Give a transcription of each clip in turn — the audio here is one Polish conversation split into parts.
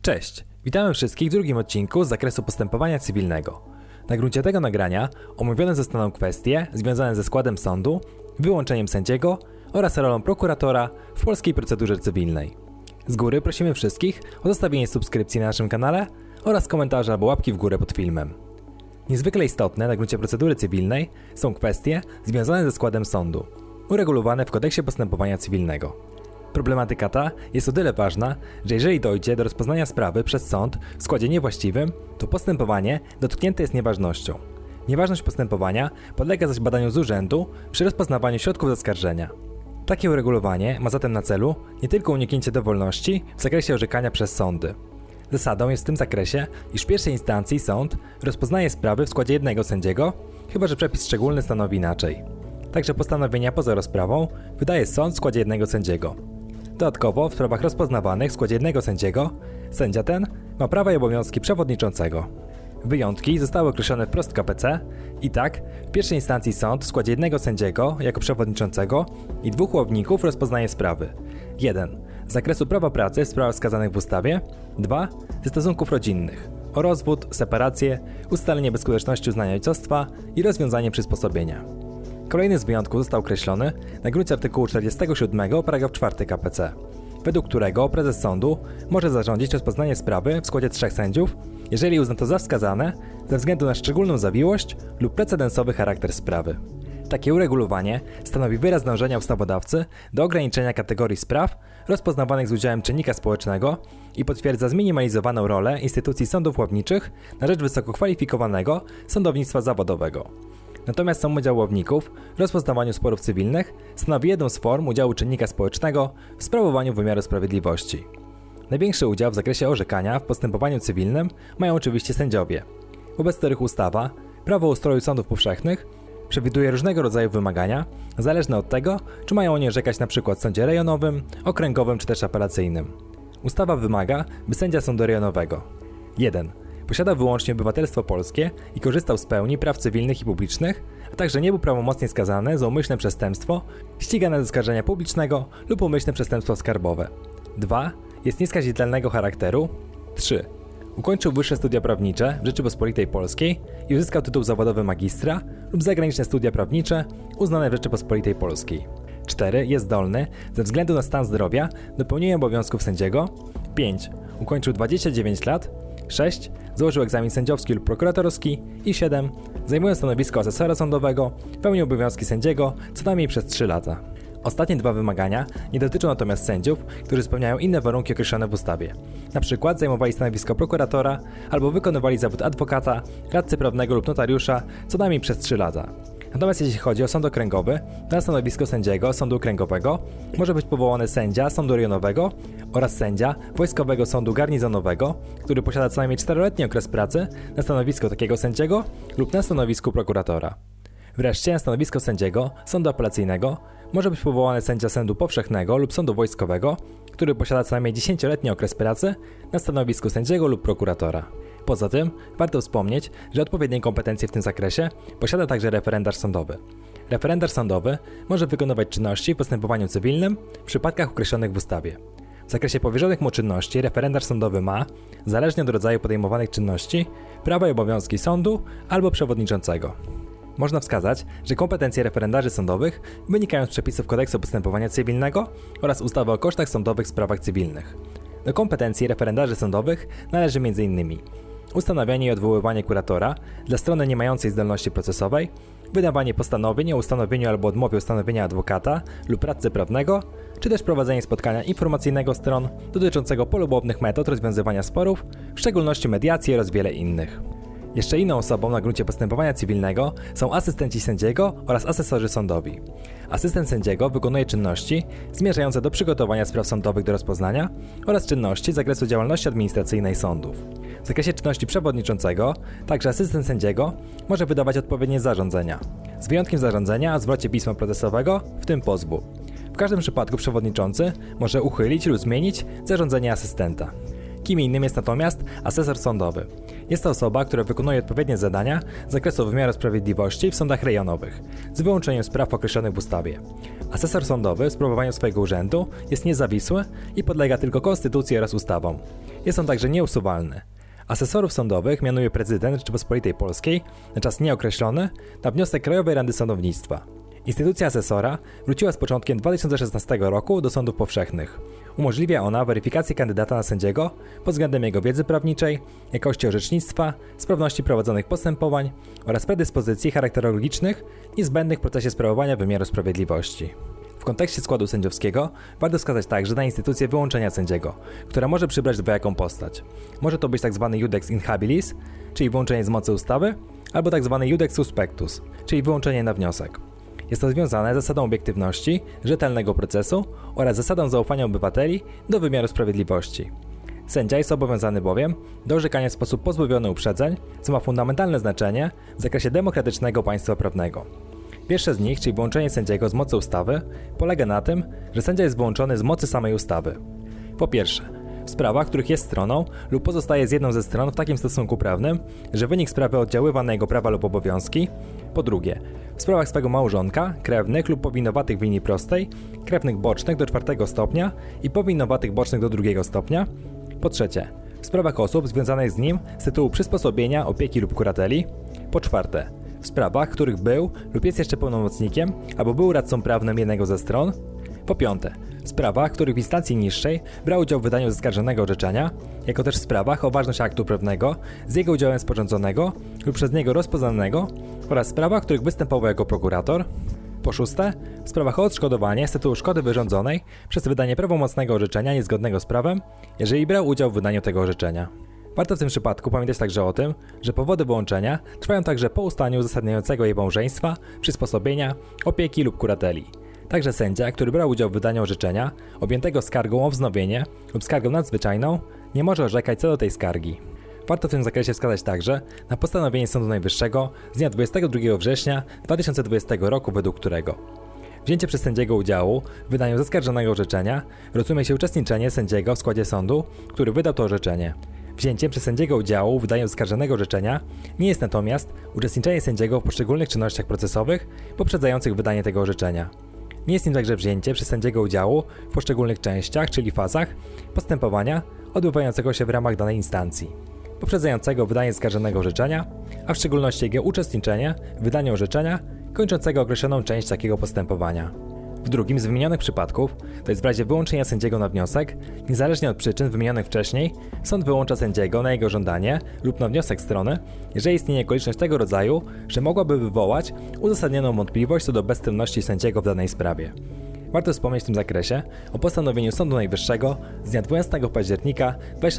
Cześć, witamy wszystkich w drugim odcinku z zakresu postępowania cywilnego. Na gruncie tego nagrania omówione zostaną kwestie związane ze składem sądu, wyłączeniem sędziego oraz rolą prokuratora w polskiej procedurze cywilnej. Z góry prosimy wszystkich o zostawienie subskrypcji na naszym kanale oraz komentarza albo łapki w górę pod filmem. Niezwykle istotne na gruncie procedury cywilnej są kwestie związane ze składem sądu, uregulowane w Kodeksie Postępowania Cywilnego. Problematyka ta jest o tyle ważna, że jeżeli dojdzie do rozpoznania sprawy przez sąd w składzie niewłaściwym, to postępowanie dotknięte jest nieważnością. Nieważność postępowania podlega zaś badaniu z urzędu przy rozpoznawaniu środków zaskarżenia. Takie uregulowanie ma zatem na celu nie tylko uniknięcie dowolności w zakresie orzekania przez sądy. Zasadą jest w tym zakresie, iż w pierwszej instancji sąd rozpoznaje sprawy w składzie jednego sędziego, chyba że przepis szczególny stanowi inaczej. Także postanowienia poza rozprawą wydaje sąd w składzie jednego sędziego. Dodatkowo w sprawach rozpoznawanych w składzie jednego sędziego, sędzia ten ma prawa i obowiązki przewodniczącego. Wyjątki zostały określone wprost w k.p.c. i tak w pierwszej instancji sąd w składzie jednego sędziego jako przewodniczącego i 2 ławników rozpoznaje sprawy. 1. Z zakresu prawa pracy w sprawach wskazanych w ustawie. 2. Ze stosunków rodzinnych o rozwód, separację, ustalenie bezskuteczności uznania ojcostwa i rozwiązanie przysposobienia. Kolejny z wyjątków został określony na gruncie artykułu 47 paragraf 4 k.p.c., według którego prezes sądu może zarządzić rozpoznanie sprawy w składzie 3 sędziów, jeżeli uzna to za wskazane ze względu na szczególną zawiłość lub precedensowy charakter sprawy. Takie uregulowanie stanowi wyraz dążenia ustawodawcy do ograniczenia kategorii spraw rozpoznawanych z udziałem czynnika społecznego i potwierdza zminimalizowaną rolę instytucji sądów ławniczych na rzecz wysoko kwalifikowanego sądownictwa zawodowego. Natomiast sam udział ławników w rozpoznawaniu sporów cywilnych stanowi jedną z form udziału czynnika społecznego w sprawowaniu wymiaru sprawiedliwości. Największy udział w zakresie orzekania w postępowaniu cywilnym mają oczywiście sędziowie, wobec których ustawa Prawo o ustroju sądów powszechnych przewiduje różnego rodzaju wymagania, zależne od tego, czy mają oni orzekać np. w sądzie rejonowym, okręgowym czy też apelacyjnym. Ustawa wymaga, by sędzia sądu rejonowego 1. Posiadał wyłącznie obywatelstwo polskie i korzystał z pełni praw cywilnych i publicznych, a także nie był prawomocnie skazany za umyślne przestępstwo, ścigane ze oskarżenia publicznego lub umyślne przestępstwo skarbowe. 2. Jest nieskazitelnego charakteru. 3. Ukończył wyższe studia prawnicze w Rzeczypospolitej Polskiej i uzyskał tytuł zawodowy magistra lub zagraniczne studia prawnicze uznane w Rzeczypospolitej Polskiej. 4. Jest zdolny ze względu na stan zdrowia do pełnienia obowiązków sędziego. 5. Ukończył 29 lat. 6. Złożył egzamin sędziowski lub prokuratorski i 7. Zajmując stanowisko asesora sądowego, pełnił obowiązki sędziego co najmniej przez 3 lata. Ostatnie 2 wymagania nie dotyczą natomiast sędziów, którzy spełniają inne warunki określone w ustawie. Na przykład zajmowali stanowisko prokuratora albo wykonywali zawód adwokata, radcy prawnego lub notariusza co najmniej przez 3 lata. Natomiast jeśli chodzi o sąd okręgowy, na stanowisko sędziego sądu okręgowego może być powołany sędzia sądu rejonowego oraz sędzia Wojskowego Sądu Garnizonowego, który posiada co najmniej 4-letni okres pracy na stanowisku takiego sędziego lub na stanowisku prokuratora. Wreszcie na stanowisko sędziego sądu apelacyjnego może być powołany sędzia sądu powszechnego lub sądu wojskowego, który posiada co najmniej 10-letni okres pracy na stanowisku sędziego lub prokuratora. Poza tym warto wspomnieć, że odpowiednie kompetencje w tym zakresie posiada także referendarz sądowy. Referendarz sądowy może wykonywać czynności w postępowaniu cywilnym w przypadkach określonych w ustawie. W zakresie powierzonych mu czynności referendarz sądowy ma, zależnie od rodzaju podejmowanych czynności, prawa i obowiązki sądu albo przewodniczącego. Można wskazać, że kompetencje referendarzy sądowych wynikają z przepisów Kodeksu Postępowania Cywilnego oraz ustawy o kosztach sądowych w sprawach cywilnych. Do kompetencji referendarzy sądowych należy m.in. ustanawianie i odwoływanie kuratora dla strony nie mającej zdolności procesowej, wydawanie postanowień o ustanowieniu albo odmowie ustanowienia adwokata lub radcy prawnego, czy też prowadzenie spotkania informacyjnego stron dotyczącego polubownych metod rozwiązywania sporów, w szczególności mediacji oraz wiele innych. Jeszcze inną osobą na gruncie postępowania cywilnego są asystenci sędziego oraz asesorzy sądowi. Asystent sędziego wykonuje czynności zmierzające do przygotowania spraw sądowych do rozpoznania oraz czynności z zakresu działalności administracyjnej sądów. W zakresie czynności przewodniczącego, także asystent sędziego może wydawać odpowiednie zarządzenia, z wyjątkiem zarządzenia o zwrocie pisma procesowego, w tym pozwu. W każdym przypadku przewodniczący może uchylić lub zmienić zarządzenie asystenta. Kim innym jest natomiast asesor sądowy. Jest to osoba, która wykonuje odpowiednie zadania z zakresu wymiaru sprawiedliwości w sądach rejonowych, z wyłączeniem spraw określonych w ustawie. Asesor sądowy w sprawowaniu swojego urzędu jest niezawisły i podlega tylko konstytucji oraz ustawom. Jest on także nieusuwalny. Asesorów sądowych mianuje prezydent Rzeczypospolitej Polskiej na czas nieokreślony na wniosek Krajowej Rady Sądownictwa. Instytucja asesora wróciła z początkiem 2016 roku do sądów powszechnych. Umożliwia ona weryfikację kandydata na sędziego pod względem jego wiedzy prawniczej, jakości orzecznictwa, sprawności prowadzonych postępowań oraz predyspozycji charakterologicznych niezbędnych w procesie sprawowania wymiaru sprawiedliwości. W kontekście składu sędziowskiego warto wskazać także na instytucję wyłączenia sędziego, która może przybrać dwojaką postać. Może to być tzw. iudex in habilis, czyli wyłączenie z mocy ustawy, albo tzw. iudex suspectus, czyli wyłączenie na wniosek. Jest to związane z zasadą obiektywności, rzetelnego procesu oraz zasadą zaufania obywateli do wymiaru sprawiedliwości. Sędzia jest obowiązany bowiem do orzekania w sposób pozbawiony uprzedzeń, co ma fundamentalne znaczenie w zakresie demokratycznego państwa prawnego. Pierwsze z nich, czyli wyłączenie sędziego z mocy ustawy, polega na tym, że sędzia jest wyłączony z mocy samej ustawy. Po pierwsze, w sprawach, w których jest stroną lub pozostaje z jedną ze stron w takim stosunku prawnym, że wynik sprawy oddziaływa na jego prawa lub obowiązki. Po drugie, w sprawach swego małżonka, krewnych lub powinowatych w linii prostej, krewnych bocznych do 4 stopnia i powinowatych bocznych do 2 stopnia. Po trzecie, w sprawach osób związanych z nim z tytułu przysposobienia, opieki lub kurateli. Po czwarte, w sprawach, w których był lub jest jeszcze pełnomocnikiem albo był radcą prawnym jednego ze stron. Po piąte, w sprawach, w których w instancji niższej brał udział w wydaniu zaskarżonego orzeczenia, jako też w sprawach o ważność aktu prawnego z jego udziałem sporządzonego lub przez niego rozpoznanego oraz w sprawach, w których występował jako prokurator. Po szóste, w sprawach o odszkodowanie z tytułu szkody wyrządzonej przez wydanie prawomocnego orzeczenia niezgodnego z prawem, jeżeli brał udział w wydaniu tego orzeczenia. Warto w tym przypadku pamiętać także o tym, że powody wyłączenia trwają także po ustaniu uzasadniającego jej małżeństwa, przysposobienia, opieki lub kurateli. Także sędzia, który brał udział w wydaniu orzeczenia, objętego skargą o wznowienie lub skargą nadzwyczajną, nie może orzekać co do tej skargi. Warto w tym zakresie wskazać także na postanowienie Sądu Najwyższego z dnia 22 września 2020 roku, według którego wzięcie przez sędziego udziału w wydaniu zaskarżonego orzeczenia rozumie się uczestniczenie sędziego w składzie sądu, który wydał to orzeczenie. Wzięciem przez sędziego udziału w wydaniu zaskarżonego orzeczenia nie jest natomiast uczestniczenie sędziego w poszczególnych czynnościach procesowych poprzedzających wydanie tego orzeczenia. Nie jest nim także wzięcie przez sędziego udziału w poszczególnych częściach, czyli fazach postępowania odbywającego się w ramach danej instancji, poprzedzającego wydanie zaskarżonego orzeczenia, a w szczególności jego uczestniczenie w wydaniu orzeczenia kończącego określoną część takiego postępowania. W drugim z wymienionych przypadków, to jest w razie wyłączenia sędziego na wniosek, niezależnie od przyczyn wymienionych wcześniej, sąd wyłącza sędziego na jego żądanie lub na wniosek strony, jeżeli istnieje okoliczność tego rodzaju, że mogłaby wywołać uzasadnioną wątpliwość co do bezstronności sędziego w danej sprawie. Warto wspomnieć w tym zakresie o postanowieniu Sądu Najwyższego z dnia 12 października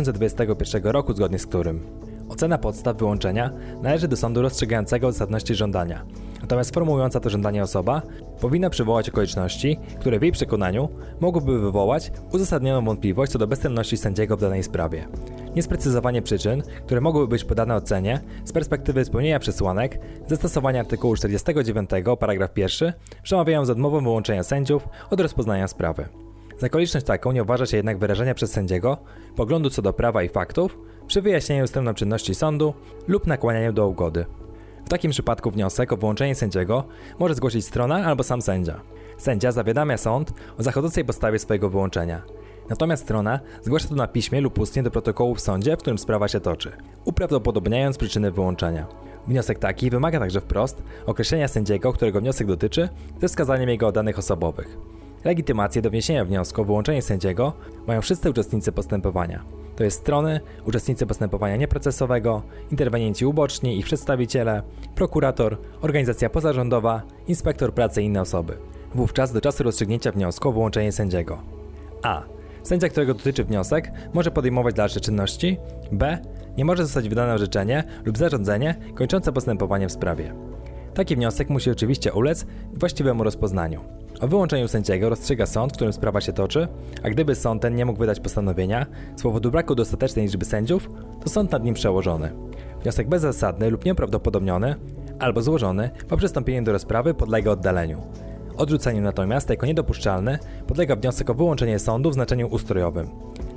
2021 roku, zgodnie z którym ocena podstaw wyłączenia należy do sądu rozstrzygającego zasadności żądania, natomiast formułująca to żądanie osoba powinna przywołać okoliczności, które w jej przekonaniu mogłyby wywołać uzasadnioną wątpliwość co do bezstronności sędziego w danej sprawie. Niesprecyzowanie przyczyn, które mogłyby być podane ocenie z perspektywy spełnienia przesłanek, zastosowania artykułu 49 paragraf 1 przemawiają za odmową wyłączenia sędziów od rozpoznania sprawy. Za okoliczność taką nie uważa się jednak wyrażenia przez sędziego poglądu co do prawa i faktów przy wyjaśnieniu stron czynności sądu lub nakłanianiu do ugody. W takim przypadku wniosek o wyłączenie sędziego może zgłosić strona albo sam sędzia. Sędzia zawiadamia sąd o zachodzącej podstawie swojego wyłączenia. Natomiast strona zgłasza to na piśmie lub ustnie do protokołu w sądzie, w którym sprawa się toczy, uprawdopodobniając przyczyny wyłączenia. Wniosek taki wymaga także wprost określenia sędziego, którego wniosek dotyczy, ze wskazaniem jego danych osobowych. Legitymację do wniesienia wniosku o wyłączenie sędziego mają wszyscy uczestnicy postępowania. To jest strony, uczestnicy postępowania nieprocesowego, interwenienci uboczni, ich przedstawiciele, prokurator, organizacja pozarządowa, inspektor pracy i inne osoby. Wówczas do czasu rozstrzygnięcia wniosku o wyłączenie sędziego. A. Sędzia, którego dotyczy wniosek, może podejmować dalsze czynności. B. Nie może zostać wydane orzeczenie lub zarządzenie kończące postępowanie w sprawie. Taki wniosek musi oczywiście ulec właściwemu rozpoznaniu. O wyłączeniu sędziego rozstrzyga sąd, w którym sprawa się toczy, a gdyby sąd ten nie mógł wydać postanowienia z powodu braku dostatecznej liczby sędziów, to sąd nad nim przełożony. Wniosek bezzasadny lub nieprawdopodobniony albo złożony po przystąpieniu do rozprawy podlega oddaleniu. Odrzuceniu natomiast jako niedopuszczalny podlega wniosek o wyłączenie sądu w znaczeniu ustrojowym.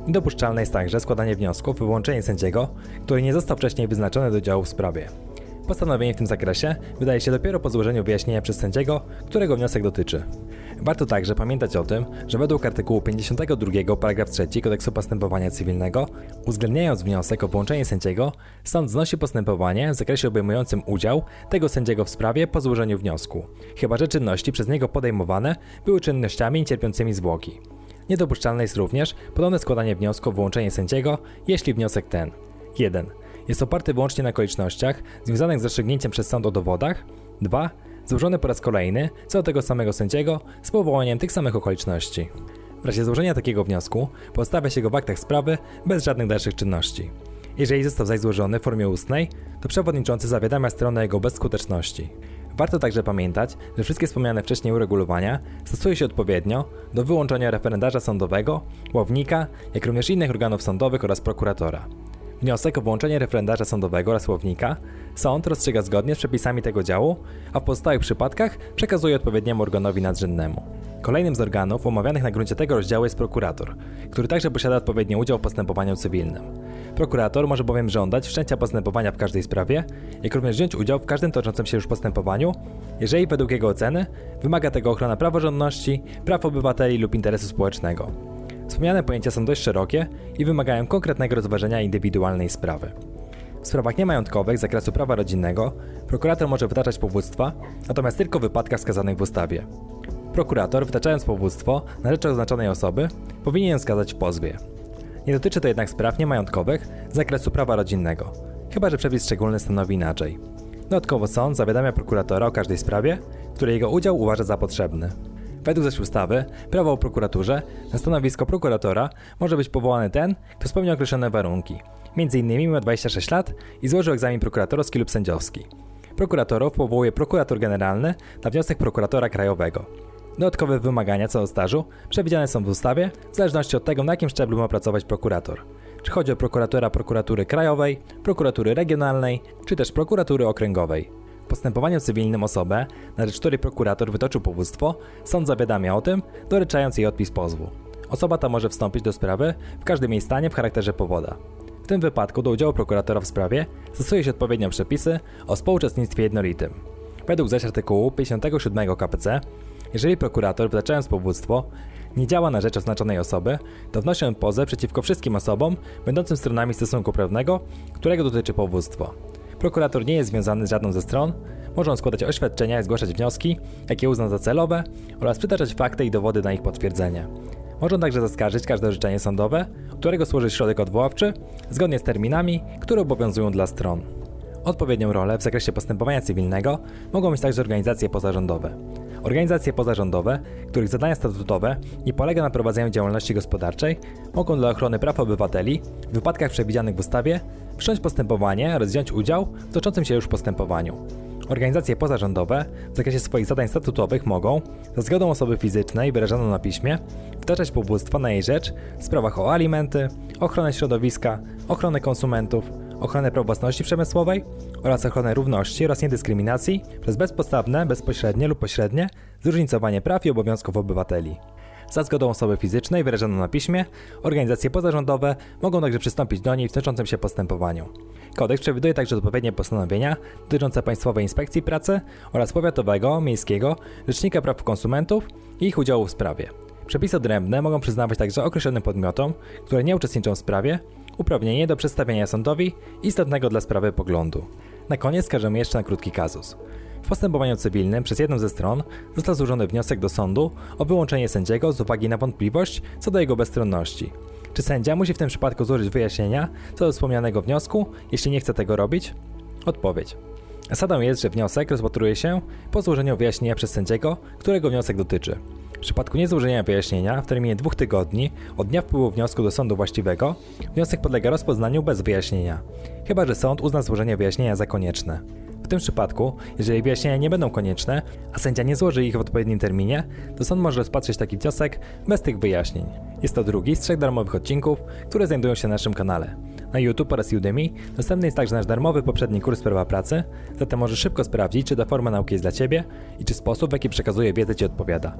Niedopuszczalne jest także składanie wniosków o wyłączenie sędziego, który nie został wcześniej wyznaczony do działu w sprawie. Postanowienie w tym zakresie wydaje się dopiero po złożeniu wyjaśnienia przez sędziego, którego wniosek dotyczy. Warto także pamiętać o tym, że według artykułu 52 paragraf 3 Kodeksu Postępowania Cywilnego, uwzględniając wniosek o wyłączenie sędziego, sąd znosi postępowanie w zakresie obejmującym udział tego sędziego w sprawie po złożeniu wniosku, chyba że czynności przez niego podejmowane były czynnościami niecierpiącymi zwłoki. Niedopuszczalne jest również ponowne składanie wniosku o wyłączenie sędziego, jeśli wniosek ten 1. Jest oparty wyłącznie na okolicznościach związanych z rozstrzygnięciem przez sąd o dowodach. 2. Złożony po raz kolejny co do tego samego sędziego z powołaniem tych samych okoliczności. W razie złożenia takiego wniosku postawia się go w aktach sprawy bez żadnych dalszych czynności. Jeżeli został zaś złożony w formie ustnej, to przewodniczący zawiadamia stronę o jego bezskuteczności. Warto także pamiętać, że wszystkie wspomniane wcześniej uregulowania stosuje się odpowiednio do wyłączenia referendarza sądowego, ławnika, jak również innych organów sądowych oraz prokuratora. Wniosek o wyłączenie referendarza sądowego oraz ławnika sąd rozstrzyga zgodnie z przepisami tego działu, a w pozostałych przypadkach przekazuje odpowiedniemu organowi nadrzędnemu. Kolejnym z organów omawianych na gruncie tego rozdziału jest prokurator, który także posiada odpowiedni udział w postępowaniu cywilnym. Prokurator może bowiem żądać wszczęcia postępowania w każdej sprawie, jak również wziąć udział w każdym toczącym się już postępowaniu, jeżeli według jego oceny wymaga tego ochrona praworządności, praw obywateli lub interesu społecznego. Wspomniane pojęcia są dość szerokie i wymagają konkretnego rozważenia indywidualnej sprawy. W sprawach niemajątkowych z zakresu prawa rodzinnego prokurator może wytaczać powództwa, natomiast tylko w wypadkach wskazanych w ustawie. Prokurator, wytaczając powództwo na rzecz oznaczonej osoby, powinien ją wskazać w pozwie. Nie dotyczy to jednak spraw niemajątkowych z zakresu prawa rodzinnego, chyba że przepis szczególny stanowi inaczej. Dodatkowo sąd zawiadamia prokuratora o każdej sprawie, w której jego udział uważa za potrzebny. Według zaś ustawy, prawo o prokuraturze, na stanowisko prokuratora może być powołany ten, kto spełnia określone warunki, m.in. ma 26 lat i złożył egzamin prokuratorski lub sędziowski. Prokuratorów powołuje prokurator generalny na wniosek prokuratora krajowego. Dodatkowe wymagania co do stażu przewidziane są w ustawie w zależności od tego, na jakim szczeblu ma pracować prokurator. Czy chodzi o prokuratora prokuratury krajowej, prokuratury regionalnej, czy też prokuratury okręgowej. W postępowaniu cywilnym osobę, na rzecz której prokurator wytoczył powództwo, sąd zawiadamia o tym, doręczając jej odpis pozwu. Osoba ta może wstąpić do sprawy w każdym jej stanie w charakterze powoda. W tym wypadku do udziału prokuratora w sprawie stosuje się odpowiednio przepisy o współuczestnictwie jednolitym. Według zaś artykułu 57 k.p.c., jeżeli prokurator, wytaczając powództwo, nie działa na rzecz oznaczonej osoby, to wnosi on pozew przeciwko wszystkim osobom będącym stronami stosunku prawnego, którego dotyczy powództwo. Prokurator nie jest związany z żadną ze stron, może on składać oświadczenia i zgłaszać wnioski, jakie uzna za celowe, oraz przytaczać fakty i dowody na ich potwierdzenie. Może on także zaskarżyć każde orzeczenie sądowe, którego służy środek odwoławczy, zgodnie z terminami, które obowiązują dla stron. Odpowiednią rolę w zakresie postępowania cywilnego mogą mieć także organizacje pozarządowe. Organizacje pozarządowe, których zadania statutowe nie polega na prowadzeniu działalności gospodarczej, mogą dla ochrony praw obywateli w wypadkach przewidzianych w ustawie wszcząć postępowanie oraz wziąć udział w toczącym się już postępowaniu. Organizacje pozarządowe w zakresie swoich zadań statutowych mogą, za zgodą osoby fizycznej wyrażoną na piśmie, wtaczać powództwa na jej rzecz w sprawach o alimenty, ochronę środowiska, ochronę konsumentów, ochronę praw własności przemysłowej oraz ochronę równości oraz niedyskryminacji przez bezpodstawne, bezpośrednie lub pośrednie zróżnicowanie praw i obowiązków obywateli. Za zgodą osoby fizycznej wyrażoną na piśmie, organizacje pozarządowe mogą także przystąpić do niej w toczącym się postępowaniu. Kodeks przewiduje także odpowiednie postanowienia dotyczące Państwowej Inspekcji Pracy oraz powiatowego, miejskiego Rzecznika Praw Konsumentów i ich udziału w sprawie. Przepisy odrębne mogą przyznawać także określonym podmiotom, które nie uczestniczą w sprawie, uprawnienie do przedstawienia sądowi istotnego dla sprawy poglądu. Na koniec wskażemy jeszcze na krótki kazus. W postępowaniu cywilnym przez jedną ze stron został złożony wniosek do sądu o wyłączenie sędziego z uwagi na wątpliwość co do jego bezstronności. Czy sędzia musi w tym przypadku złożyć wyjaśnienia co do wspomnianego wniosku, jeśli nie chce tego robić? Odpowiedź. Zasadą jest, że wniosek rozpatruje się po złożeniu wyjaśnienia przez sędziego, którego wniosek dotyczy. W przypadku niezłożenia wyjaśnienia w terminie 2 tygodni od dnia wpływu wniosku do sądu właściwego, wniosek podlega rozpoznaniu bez wyjaśnienia, chyba że sąd uzna złożenie wyjaśnienia za konieczne. W tym przypadku, jeżeli wyjaśnienia nie będą konieczne, a sędzia nie złoży ich w odpowiednim terminie, to sąd może rozpatrzyć taki wniosek bez tych wyjaśnień. Jest to drugi z 3 darmowych odcinków, które znajdują się na naszym kanale. Na YouTube oraz Udemy dostępny jest także nasz darmowy poprzedni kurs Prawa pracy, zatem możesz szybko sprawdzić, czy ta forma nauki jest dla Ciebie i czy sposób, w jaki przekazuję wiedzę Ci odpowiada.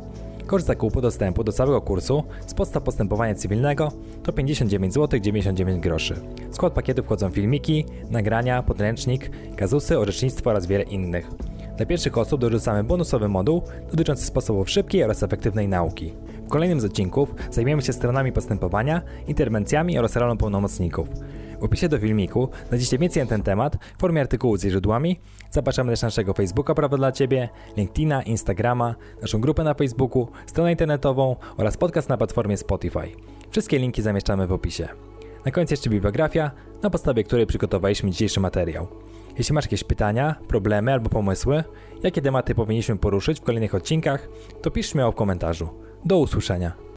Koszt zakupu dostępu do całego kursu z podstaw postępowania cywilnego to 59 zł 99 groszy. W skład pakietu wchodzą filmiki, nagrania, podręcznik, kazusy, orzecznictwo oraz wiele innych. Dla pierwszych osób dorzucamy bonusowy moduł dotyczący sposobów szybkiej oraz efektywnej nauki. W kolejnym z odcinków zajmiemy się stronami postępowania, interwencjami oraz rolą pełnomocników. W opisie do filmiku znajdziecie więcej na ten temat w formie artykułu z źródłami. Zapraszamy też na naszego Facebooka Prawo dla Ciebie, LinkedIna, Instagrama, naszą grupę na Facebooku, stronę internetową oraz podcast na platformie Spotify. Wszystkie linki zamieszczamy w opisie. Na koniec jeszcze bibliografia, na podstawie której przygotowaliśmy dzisiejszy materiał. Jeśli masz jakieś pytania, problemy albo pomysły, jakie tematy powinniśmy poruszyć w kolejnych odcinkach, to pisz śmiało w komentarzu. Do usłyszenia.